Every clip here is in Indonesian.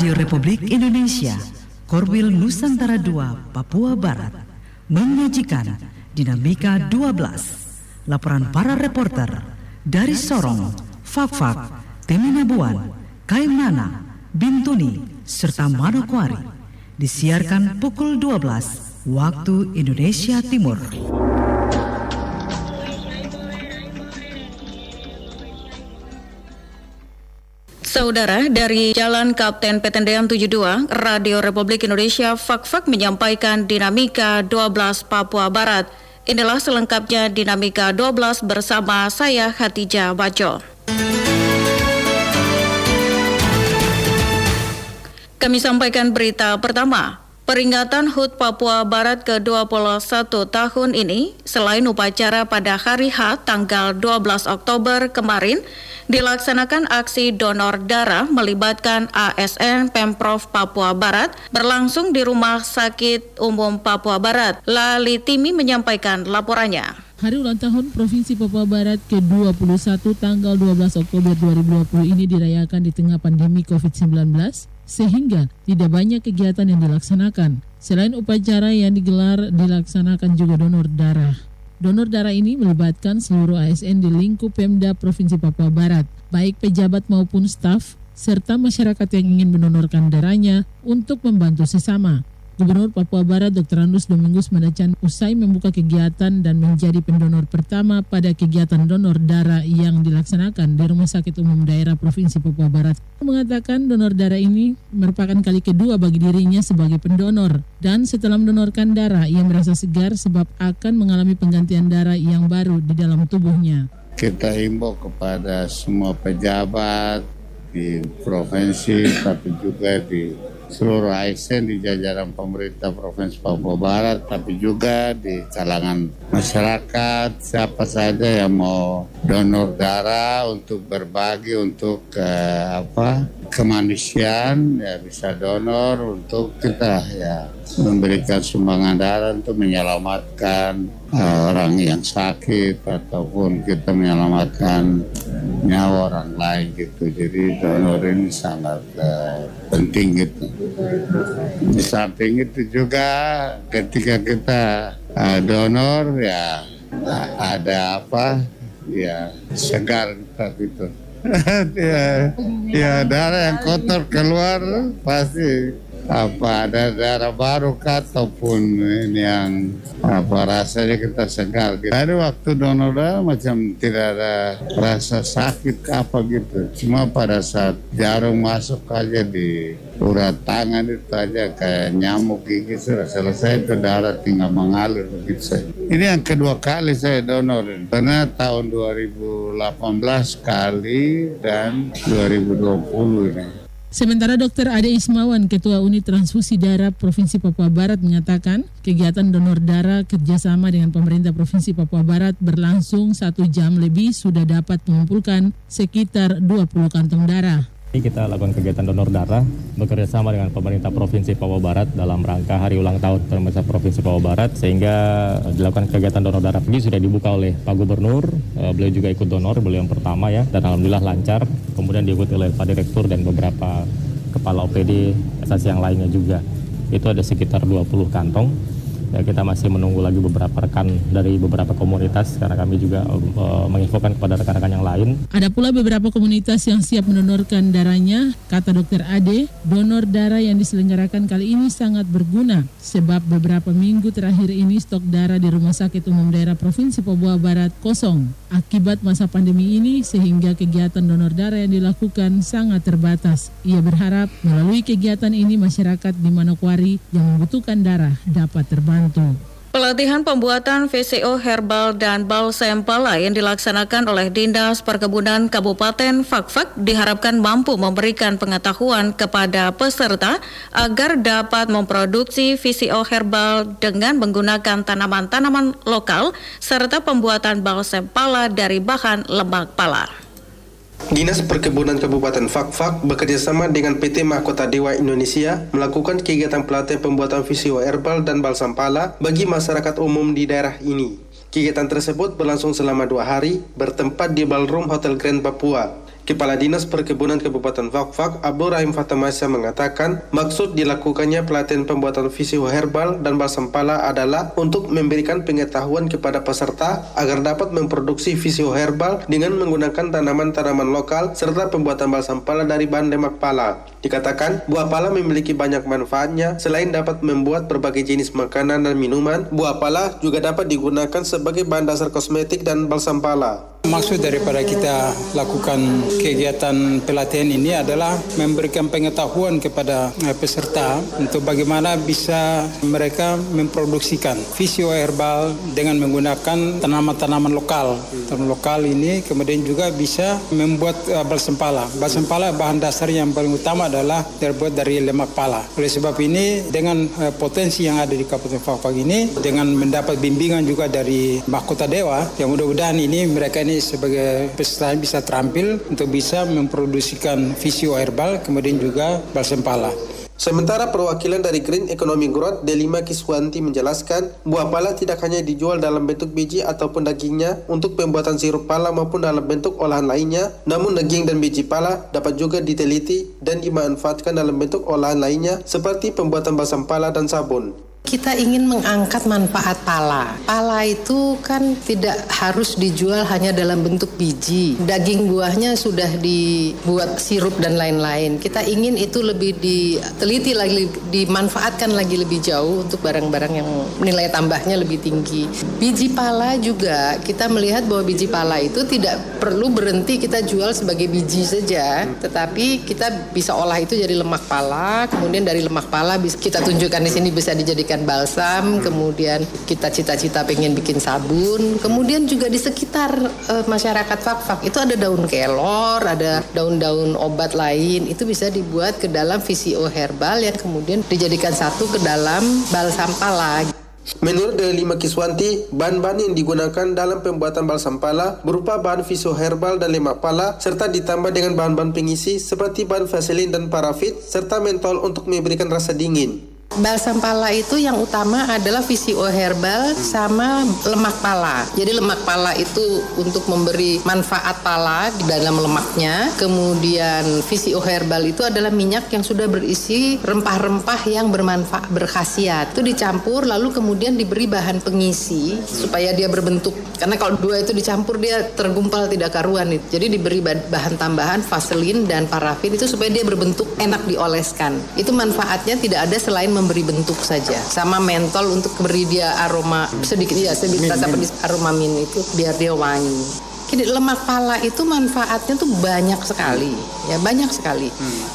Radio Republik Indonesia, Korwil Nusantara II, Papua Barat, menyajikan Dinamika 12. Laporan para reporter dari Sorong, Fakfak, Teminabuan, Kaimana, Bintuni, serta Manokwari. Disiarkan pukul 12 waktu Indonesia Timur. Saudara, dari Jalan Kapten Petendean 72, Radio Republik Indonesia Fakfak menyampaikan Dinamika 12 Papua Barat. Inilah selengkapnya Dinamika 12 bersama saya Khatijah Baco. Kami sampaikan berita pertama. Peringatan HUT Papua Barat ke-21 tahun ini, selain upacara pada hari H tanggal 12 Oktober kemarin, dilaksanakan aksi donor darah melibatkan ASN Pemprov Papua Barat berlangsung di Rumah Sakit Umum Papua Barat. Lali Timi menyampaikan laporannya. Hari ulang tahun Provinsi Papua Barat ke-21 tanggal 12 Oktober 2020 ini dirayakan di tengah pandemi COVID-19, sehingga tidak banyak kegiatan yang dilaksanakan. Selain upacara yang dilaksanakan juga donor darah. Donor darah ini melibatkan seluruh ASN di lingkup Pemda Provinsi Papua Barat, baik pejabat maupun staf, serta masyarakat yang ingin mendonorkan darahnya untuk membantu sesama. Gubernur Papua Barat Dr. Andus Domingus Madacan usai membuka kegiatan dan menjadi pendonor pertama pada kegiatan donor darah yang dilaksanakan di Rumah Sakit Umum Daerah Provinsi Papua Barat. Mengatakan donor darah ini merupakan kali kedua bagi dirinya sebagai pendonor, dan setelah mendonorkan darah ia merasa segar sebab akan mengalami penggantian darah yang baru di dalam tubuhnya. Kita himbau kepada semua pejabat di provinsi tapi juga di seluruh ASN di jajaran pemerintah Provinsi Papua Barat, tapi juga di kalangan masyarakat, siapa saja yang mau donor darah untuk berbagi untuk kemanusiaan, ya bisa donor untuk kita ya memberikan sumbangan darah untuk menyelamatkan orang yang sakit ataupun kita menyelamatkan nyawa orang lain gitu. Jadi donor ini sangat penting gitu. Di samping itu juga ketika kita donor ya ada segar kita gitu. ya darah yang kotor keluar pasti ada darah baru ataupun ini yang rasanya kita segar gitu. Ada waktu donor darah macam tidak ada rasa sakit gitu, cuma pada saat jarum masuk aja di urat tangan itu aja kayak nyamuk gigi, sudah selesai itu darah tinggal mengalir begitu saja. Ini yang kedua kali saya donor, karena tahun 2018 kali dan 2020 ini. Sementara Dr. Ade Ismawan, Ketua Unit Transfusi Darah Provinsi Papua Barat mengatakan kegiatan donor darah kerjasama dengan pemerintah Provinsi Papua Barat berlangsung 1 jam lebih sudah dapat mengumpulkan sekitar 20 kantong darah. Kita lakukan kegiatan donor darah bekerja sama dengan pemerintah Provinsi Papua Barat dalam rangka hari ulang tahun pemerintah Provinsi Papua Barat, sehingga dilakukan kegiatan donor darah ini sudah dibuka oleh Pak Gubernur. Beliau juga ikut donor, beliau yang pertama ya, dan alhamdulillah lancar. Kemudian diikuti oleh Pak Direktur dan beberapa kepala OPD instansi yang lainnya juga. Itu ada sekitar 20 kantong. Ya, kita masih menunggu lagi beberapa rekan dari beberapa komunitas karena kami juga menginfokan kepada rekan-rekan yang lain. Ada pula beberapa komunitas yang siap mendonorkan darahnya. Kata Dr. Ade, donor darah yang diselenggarakan kali ini sangat berguna sebab beberapa minggu terakhir ini stok darah di Rumah Sakit Umum Daerah Provinsi Papua Barat kosong akibat masa pandemi ini, sehingga kegiatan donor darah yang dilakukan sangat terbatas. Ia berharap melalui kegiatan ini masyarakat di Manokwari yang membutuhkan darah dapat terbantu. Pelatihan pembuatan VCO herbal dan balsam pala yang dilaksanakan oleh Dinas Perkebunan Kabupaten Fakfak diharapkan mampu memberikan pengetahuan kepada peserta agar dapat memproduksi VCO herbal dengan menggunakan tanaman-tanaman lokal serta pembuatan balsam pala dari bahan lemak pala. Dinas Perkebunan Kabupaten Fakfak bekerjasama dengan PT Mahkota Dewa Indonesia melakukan kegiatan pelatihan pembuatan VCO herbal dan balsam pala bagi masyarakat umum di daerah ini. Kegiatan tersebut berlangsung selama 2 hari, bertempat di Ballroom Hotel Grand Papua. Kepala Dinas Perkebunan Kabupaten Fak-Fak, Abdul Rahim Fatamasa mengatakan, maksud dilakukannya pelatihan pembuatan visio herbal dan balsam pala adalah untuk memberikan pengetahuan kepada peserta agar dapat memproduksi visio herbal dengan menggunakan tanaman-tanaman lokal serta pembuatan balsam pala dari bahan lemak pala. Dikatakan, buah pala memiliki banyak manfaatnya. Selain dapat membuat berbagai jenis makanan dan minuman, buah pala juga dapat digunakan sebagai bahan dasar kosmetik dan balsam pala. Maksud daripada kita lakukan kegiatan pelatihan ini adalah memberikan pengetahuan kepada peserta untuk bagaimana bisa mereka memproduksikan visio herbal dengan menggunakan tanaman-tanaman lokal. Tanaman lokal ini kemudian juga bisa membuat balsam pala. Balsam pala bahan dasar yang paling utama adalah terbuat dari lemak pala. Oleh sebab ini dengan potensi yang ada di Kabupaten Fak-Fak ini, dengan mendapat bimbingan juga dari Mahkota Dewa, yang mudah-mudahan ini mereka ini sebagai peserta bisa terampil untuk bisa memproduksikan visio herbal kemudian juga balsam pala. Sementara perwakilan dari Green Economy Growth, Delima Kiswanti menjelaskan, buah pala tidak hanya dijual dalam bentuk biji ataupun dagingnya untuk pembuatan sirup pala maupun dalam bentuk olahan lainnya, namun daging dan biji pala dapat juga diteliti dan dimanfaatkan dalam bentuk olahan lainnya seperti pembuatan balsam pala dan sabun. Kita ingin mengangkat manfaat pala. Pala itu kan tidak harus dijual hanya dalam bentuk biji. Daging buahnya sudah dibuat sirup dan lain-lain. Kita ingin itu lebih diteliti lagi, dimanfaatkan lagi lebih jauh untuk barang-barang yang nilai tambahnya lebih tinggi. Biji pala juga, kita melihat bahwa biji pala itu tidak perlu berhenti kita jual sebagai biji saja, tetapi kita bisa olah itu jadi lemak pala, kemudian dari lemak pala kita tunjukkan di sini bisa dijadikan balsam, kemudian kita cita-cita pengen bikin sabun, kemudian juga di sekitar masyarakat Fak-Fak itu ada daun kelor, ada daun-daun obat lain, itu bisa dibuat ke dalam visio herbal yang kemudian dijadikan satu ke dalam balsam pala. Menurut Delima Kiswanti, bahan-bahan yang digunakan dalam pembuatan balsam pala berupa bahan visio herbal dan lemak pala serta ditambah dengan bahan-bahan pengisi seperti bahan vaselin dan parafit serta mentol untuk memberikan rasa dingin. Balsam pala itu yang utama adalah visio herbal sama lemak pala. Jadi lemak pala itu untuk memberi manfaat pala di dalam lemaknya. Kemudian visio herbal itu adalah minyak yang sudah berisi rempah-rempah yang bermanfaat, berkhasiat. Itu dicampur lalu kemudian diberi bahan pengisi supaya dia berbentuk. Karena kalau dua itu dicampur dia tergumpal tidak karuan. Jadi diberi bahan tambahan vaselin dan parafin itu supaya dia berbentuk enak dioleskan. Itu manfaatnya tidak ada selain memberi bentuk saja, sama mentol untuk beri dia aroma sedikit rasa pedis, aroma mint itu biar dia wangi. Jadi lemak pala itu manfaatnya tuh banyak sekali, ya banyak sekali.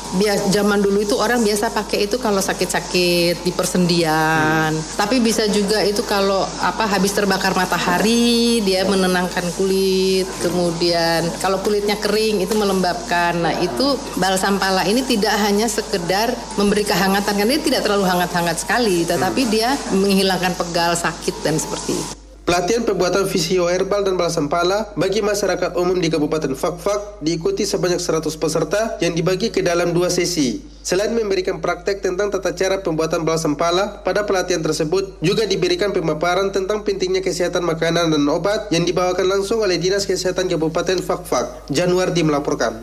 Zaman dulu itu orang biasa pakai itu kalau sakit-sakit di persendian, tapi bisa juga itu kalau habis terbakar matahari dia menenangkan kulit. Kemudian kalau kulitnya kering itu melembabkan. Nah itu balsam pala ini tidak hanya sekedar memberi kehangatan, karena dia tidak terlalu hangat-hangat sekali, tetapi dia menghilangkan pegal, sakit dan seperti itu. Pelatihan pembuatan visio herbal dan balsam pala bagi masyarakat umum di Kabupaten Fak-Fak diikuti sebanyak 100 peserta yang dibagi ke dalam 2 sesi. Selain memberikan praktek tentang tata cara pembuatan balsam pala, pada pelatihan tersebut juga diberikan pemaparan tentang pentingnya kesehatan makanan dan obat yang dibawakan langsung oleh Dinas Kesehatan Kabupaten Fak-Fak. Januardi melaporkan.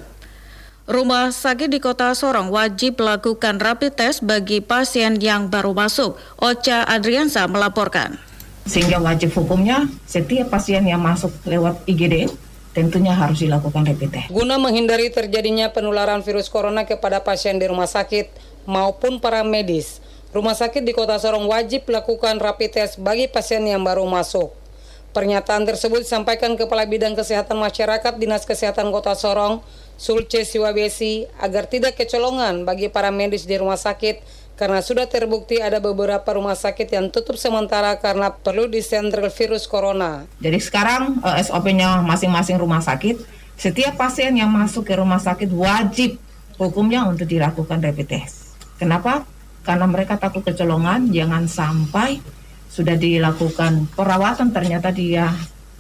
Rumah sakit di Kota Sorong wajib melakukan rapid test bagi pasien yang baru masuk. Ocha Adriansa melaporkan. Sehingga wajib hukumnya setiap pasien yang masuk lewat IGD tentunya harus dilakukan rapid test. Guna menghindari terjadinya penularan virus corona kepada pasien di rumah sakit maupun para medis, rumah sakit di Kota Sorong wajib melakukan rapid test bagi pasien yang baru masuk. Pernyataan tersebut disampaikan Kepala Bidang Kesehatan Masyarakat Dinas Kesehatan Kota Sorong, Sulce Siwabesi, agar tidak kecolongan bagi para medis di rumah sakit karena sudah terbukti ada beberapa rumah sakit yang tutup sementara karena perlu disentral virus corona. Jadi sekarang SOP-nya masing-masing rumah sakit, setiap pasien yang masuk ke rumah sakit wajib hukumnya untuk dilakukan rapid test. Kenapa? Karena mereka takut kecolongan, jangan sampai sudah dilakukan perawatan ternyata dia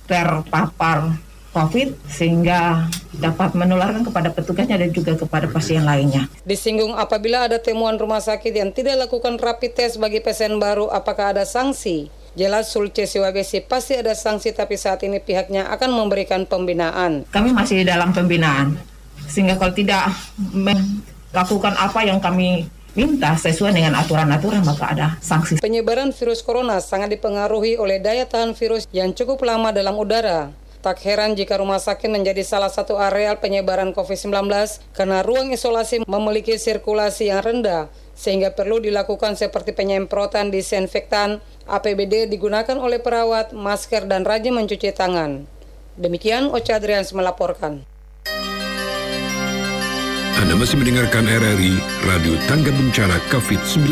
terpapar COVID sehingga dapat menularkan kepada petugasnya dan juga kepada pasien lainnya. Disinggung apabila ada temuan rumah sakit yang tidak lakukan rapid test bagi pasien baru, apakah ada sanksi? Jelas Sulce Siwabesi pasti ada sanksi, tapi saat ini pihaknya akan memberikan pembinaan. Kami masih dalam pembinaan. Sehingga kalau tidak melakukan apa yang kami minta sesuai dengan aturan-aturan, maka ada sanksi. Penyebaran virus corona sangat dipengaruhi oleh daya tahan virus yang cukup lama dalam udara. Tak heran jika rumah sakit menjadi salah satu areal penyebaran COVID-19 karena ruang isolasi memiliki sirkulasi yang rendah, sehingga perlu dilakukan seperti penyemprotan disinfektan, APBD digunakan oleh perawat, masker, dan rajin mencuci tangan. Demikian Ocha Adrians melaporkan. Anda masih mendengarkan RRI Radio Tangga Bencana COVID-19.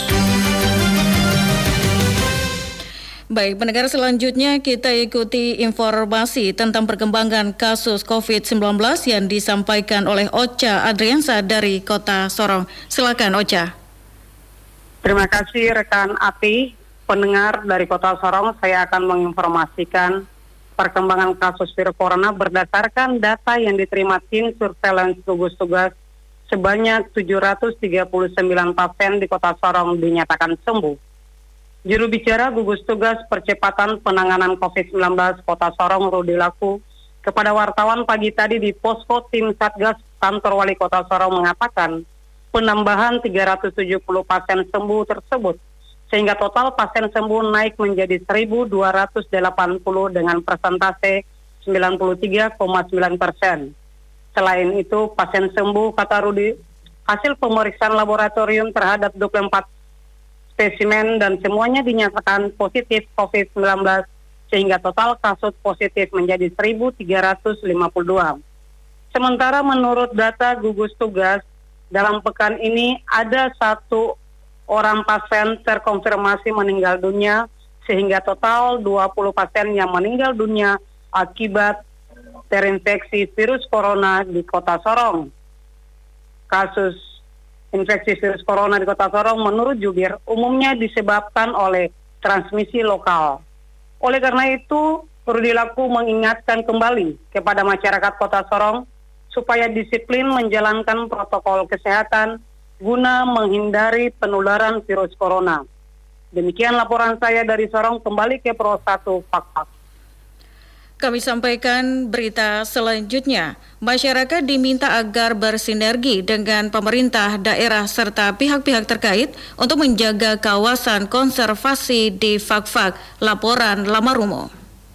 Baik, pendengar, selanjutnya kita ikuti informasi tentang perkembangan kasus COVID-19 yang disampaikan oleh Ocha Adriansa dari Kota Sorong. Silakan Ocha. Terima kasih rekan Ati, pendengar dari Kota Sorong. Saya akan menginformasikan perkembangan kasus virus corona berdasarkan data yang diterima tim surveillance gugus tugas. Sebanyak 739 pasien di Kota Sorong dinyatakan sembuh. Juru bicara gugus tugas percepatan penanganan COVID-19 Kota Sorong, Rudi Laku, kepada wartawan pagi tadi di posko tim Satgas kantor Wali Kota Sorong mengatakan penambahan 370 pasien sembuh tersebut, sehingga total pasien sembuh naik menjadi 1.280 dengan persentase 93,9%. Selain itu, pasien sembuh, kata Rudi, hasil pemeriksaan laboratorium terhadap 24 spesimen dan semuanya dinyatakan positif COVID-19, sehingga total kasus positif menjadi 1.352. Sementara menurut data gugus tugas, dalam pekan ini ada 1 orang pasien terkonfirmasi meninggal dunia, sehingga total 20 pasien yang meninggal dunia akibat terinfeksi virus corona di Kota Sorong. Kasus infeksi virus corona di Kota Sorong menurut jubir umumnya disebabkan oleh transmisi lokal. Oleh karena itu, Rudi Laku mengingatkan kembali kepada masyarakat Kota Sorong supaya disiplin menjalankan protokol kesehatan guna menghindari penularan virus corona. Demikian laporan saya dari Sorong, kembali ke Pro 1 Fakta. Kami sampaikan berita selanjutnya. Masyarakat diminta agar bersinergi dengan pemerintah daerah serta pihak-pihak terkait untuk menjaga kawasan konservasi di Fak-Fak. Laporan Lamarumo.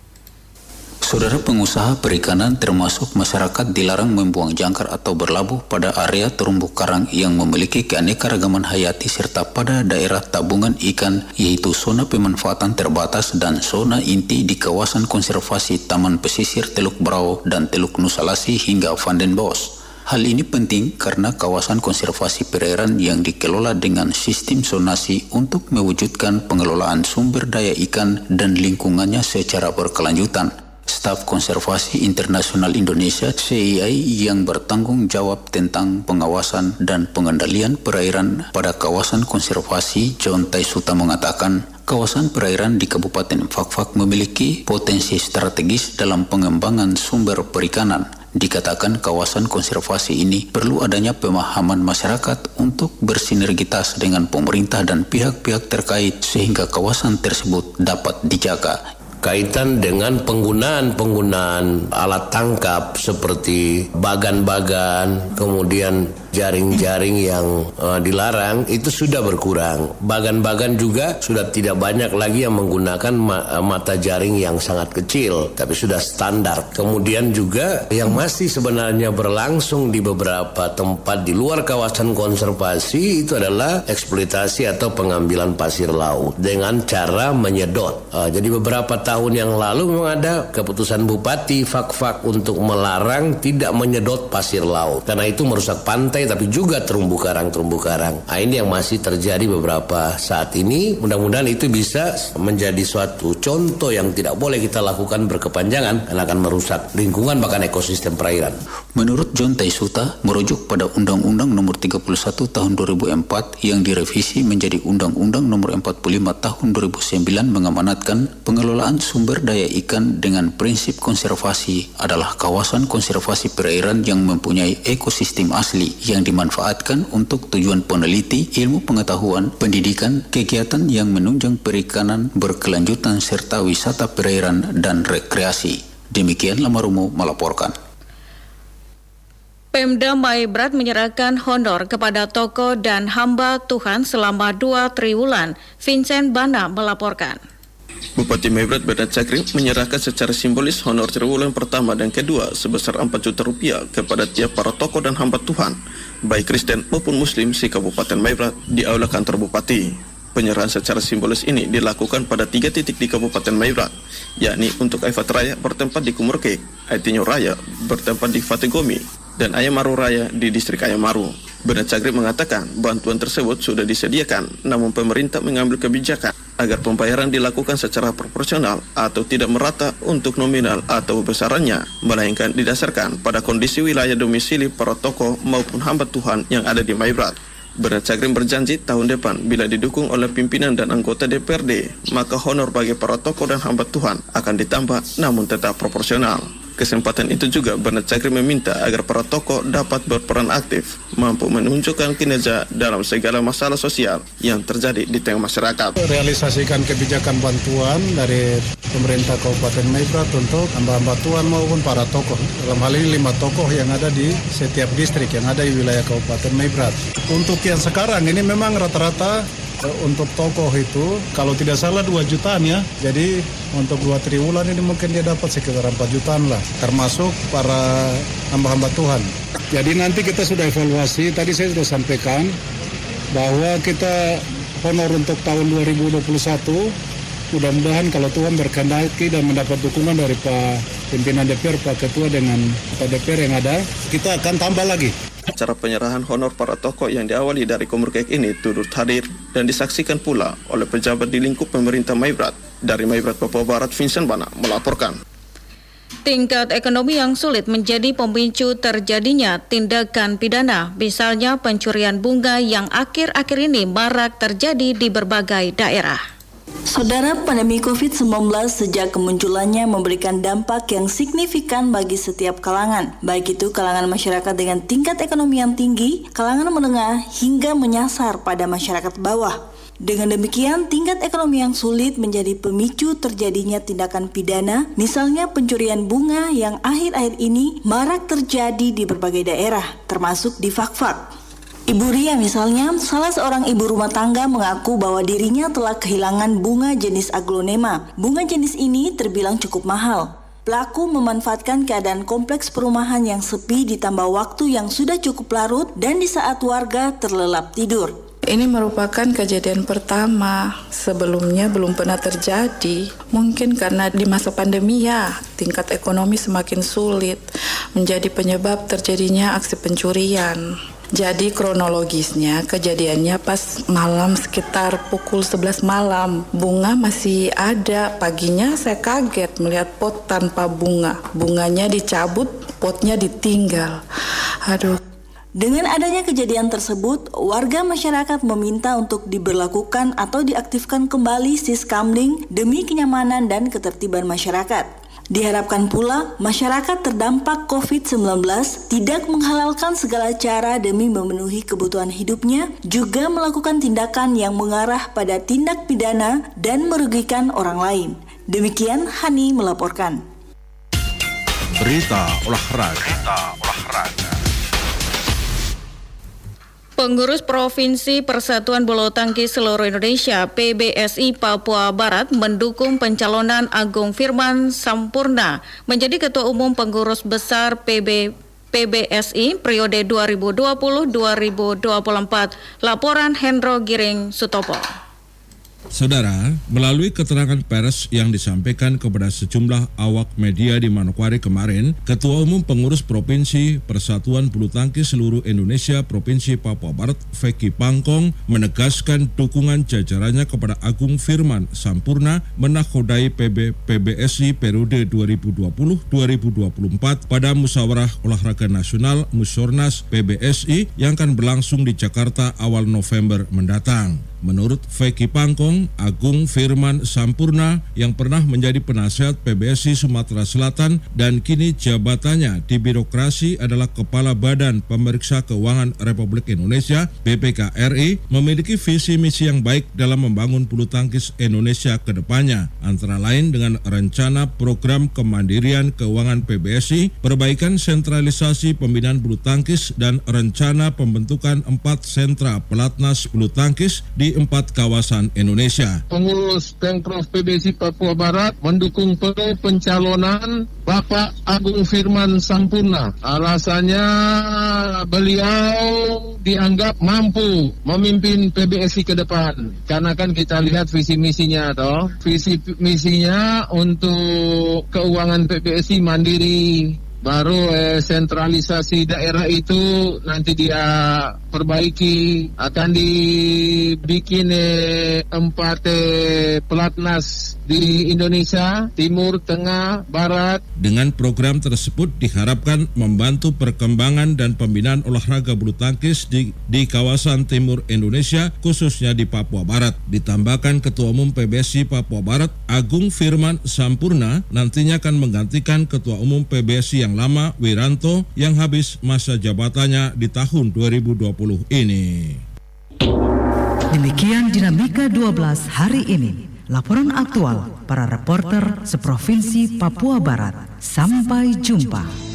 Saudara, pengusaha perikanan termasuk masyarakat dilarang membuang jangkar atau berlabuh pada area terumbu karang yang memiliki keanekaragaman hayati serta pada daerah tabungan ikan, yaitu zona pemanfaatan terbatas dan zona inti di kawasan konservasi Taman Pesisir Teluk Brau dan Teluk Nusalasi hingga Vandenbosch. Hal ini penting karena kawasan konservasi perairan yang dikelola dengan sistem zonasi untuk mewujudkan pengelolaan sumber daya ikan dan lingkungannya secara berkelanjutan. Staf Konservasi Internasional Indonesia (CII) yang bertanggung jawab tentang pengawasan dan pengendalian perairan pada kawasan konservasi, John Taisuta, mengatakan kawasan perairan di Kabupaten Fak-Fak memiliki potensi strategis dalam pengembangan sumber perikanan. Dikatakan kawasan konservasi ini perlu adanya pemahaman masyarakat untuk bersinergitas dengan pemerintah dan pihak-pihak terkait sehingga kawasan tersebut dapat dijaga. Kaitan dengan penggunaan alat tangkap seperti bagan-bagan, kemudian jaring-jaring yang dilarang itu sudah berkurang. Bagan-bagan juga sudah tidak banyak lagi yang menggunakan mata jaring yang sangat kecil, tapi sudah standar. Kemudian juga yang masih sebenarnya berlangsung di beberapa tempat di luar kawasan konservasi itu adalah eksploitasi atau pengambilan pasir laut dengan cara menyedot. Jadi beberapa tahun yang lalu memang ada keputusan Bupati Fak-Fak untuk melarang tidak menyedot pasir laut karena itu merusak pantai tapi juga terumbu karang. Nah, ini yang masih terjadi beberapa saat ini. Mudah-mudahan itu bisa menjadi suatu contoh yang tidak boleh kita lakukan berkepanjangan karena akan merusak lingkungan bahkan ekosistem perairan. Menurut John Taisuta, merujuk pada Undang-Undang Nomor 31 Tahun 2004 yang direvisi menjadi Undang-Undang Nomor 45 Tahun 2009 mengamanatkan pengelolaan sumber daya ikan dengan prinsip konservasi adalah kawasan konservasi perairan yang mempunyai ekosistem asli yang dimanfaatkan untuk tujuan peneliti, ilmu pengetahuan, pendidikan, kegiatan yang menunjang perikanan berkelanjutan serta wisata perairan dan rekreasi. Demikian Lamarumo melaporkan. Pemda Maibrat menyerahkan honor kepada tokoh dan hamba Tuhan selama 2 triwulan. Vincent Bana melaporkan. Bupati Maibrat Bernard Cakri menyerahkan secara simbolis honor triwulan pertama dan kedua sebesar 4 juta rupiah kepada tiap para tokoh dan hamba Tuhan, baik Kristen maupun Muslim di Kabupaten Maibrat di Aula Kantor Bupati. Penyerahan secara simbolis ini dilakukan pada 3 titik di Kabupaten Maibrat, yakni untuk Aifat Raya bertempat di Kumurkek, Aitinyo Raya bertempat di Fategomi, dan Ayamaru Raya di distrik Ayamaru. Bernard Cakri mengatakan bantuan tersebut sudah disediakan, namun pemerintah mengambil kebijakan agar pembayaran dilakukan secara proporsional atau tidak merata untuk nominal atau besarannya, melainkan didasarkan pada kondisi wilayah domisili para tokoh maupun hamba Tuhan yang ada di Maibrat. Bernard Cakri berjanji tahun depan bila didukung oleh pimpinan dan anggota DPRD, maka honor bagi para tokoh dan hamba Tuhan akan ditambah namun tetap proporsional. Kesempatan itu juga Bernard Cakri meminta agar para tokoh dapat berperan aktif, mampu menunjukkan kinerja dalam segala masalah sosial yang terjadi di tengah masyarakat. Realisasikan kebijakan bantuan dari pemerintah Kabupaten Maibrat untuk hamba-hamba Tuhan maupun para tokoh. Dalam hal ini 5 tokoh yang ada di setiap distrik yang ada di wilayah Kabupaten Maibrat. Untuk yang sekarang ini memang rata-rata untuk tokoh itu kalau tidak salah 2 jutaan ya. Jadi untuk 2 triwulan ini mungkin dia dapat sekitar 4 jutaan lah, termasuk para hamba-hamba Tuhan. Jadi nanti kita sudah evaluasi, tadi saya sudah sampaikan bahwa kita honor untuk tahun 2021, mudah-mudahan kalau Tuhan berkehendaki dan mendapat dukungan dari Pak Pimpinan DPR, Pak Ketua dengan Pak DPR yang ada, kita akan tambah lagi. Acara penyerahan honor para tokoh yang diawali dari Kumurkek ini turut hadir dan disaksikan pula oleh pejabat di lingkup pemerintah Maibrat. Dari Maibrat, Papua Barat, Vincent Bana melaporkan. Tingkat ekonomi yang sulit menjadi pemicu terjadinya tindakan pidana, misalnya pencurian bunga yang akhir-akhir ini marak terjadi di berbagai daerah. Saudara, pandemi COVID-19 sejak kemunculannya memberikan dampak yang signifikan bagi setiap kalangan, baik itu kalangan masyarakat dengan tingkat ekonomi yang tinggi, kalangan menengah, hingga menyasar pada masyarakat bawah. Dengan demikian, tingkat ekonomi yang sulit menjadi pemicu terjadinya tindakan pidana, misalnya pencurian bunga yang akhir-akhir ini marak terjadi di berbagai daerah, termasuk di Fak-Fak. Ibu Ria misalnya, salah seorang ibu rumah tangga mengaku bahwa dirinya telah kehilangan bunga jenis aglonema. Bunga jenis ini terbilang cukup mahal. Pelaku memanfaatkan keadaan kompleks perumahan yang sepi ditambah waktu yang sudah cukup larut dan di saat warga terlelap tidur. Ini merupakan kejadian pertama, sebelumnya belum pernah terjadi. Mungkin karena di masa pandemi ya, tingkat ekonomi semakin sulit, menjadi penyebab terjadinya aksi pencurian. Jadi kronologisnya kejadiannya pas malam sekitar pukul 11 malam. Bunga masih ada. Paginya saya kaget melihat pot tanpa bunga. Bunganya dicabut, potnya ditinggal. Aduh. Dengan adanya kejadian tersebut, warga masyarakat meminta untuk diberlakukan atau diaktifkan kembali Siskamling demi kenyamanan dan ketertiban masyarakat. Diharapkan pula masyarakat terdampak COVID-19 tidak menghalalkan segala cara demi memenuhi kebutuhan hidupnya, juga melakukan tindakan yang mengarah pada tindak pidana dan merugikan orang lain. Demikian Hani melaporkan. Berita olahraga. Pengurus Provinsi Persatuan Bulu Tangkis Seluruh Indonesia PBSI Papua Barat mendukung pencalonan Agung Firman Sampurna menjadi Ketua Umum Pengurus Besar PBSI periode 2020-2024. Laporan Hendro Giring Sutopo. Saudara, melalui keterangan pers yang disampaikan kepada sejumlah awak media di Manokwari kemarin, Ketua Umum Pengurus Provinsi Persatuan Bulu Tangkis Seluruh Indonesia Provinsi Papua Barat, Feki Pangkong, menegaskan dukungan jajarannya kepada Agung Firman Sampurna menakodai PBSI periode 2020-2024 pada Musyawarah Olahraga Nasional Musornas PBSI yang akan berlangsung di Jakarta awal November mendatang. Menurut Feki Pangkong, Agung Firman Sampurna yang pernah menjadi penasihat PBSI Sumatera Selatan dan kini jabatannya di birokrasi adalah Kepala Badan Pemeriksa Keuangan Republik Indonesia (BPK RI), memiliki visi misi yang baik dalam membangun bulu tangkis Indonesia ke depannya, antara lain dengan rencana program kemandirian keuangan PBSI, perbaikan sentralisasi pembinaan bulu tangkis, dan rencana pembentukan 4 sentra pelatnas bulu tangkis di 4 kawasan Indonesia. Pengurus Pemprov PBSI Papua Barat mendukung penuh pencalonan Bapak Agung Firman Sampurna. Alasannya beliau dianggap mampu memimpin PBSI ke depan. Karena kan kita lihat visi misinya toh. Visi misinya untuk keuangan PBSI mandiri. Baru sentralisasi daerah itu nanti dia perbaiki, akan dibikin 4 pelatnas di Indonesia, Timur, Tengah, Barat. Dengan program tersebut diharapkan membantu perkembangan dan pembinaan olahraga bulu tangkis di kawasan Timur Indonesia, khususnya di Papua Barat. Ditambahkan Ketua Umum PBSI Papua Barat, Agung Firman Sampurna, nantinya akan menggantikan Ketua Umum PBSI yang lama, Wiranto, yang habis masa jabatannya di tahun 2020 ini. Demikian Dinamika 12 hari ini. Laporan aktual para reporter seprovinsi Papua Barat. Sampai jumpa.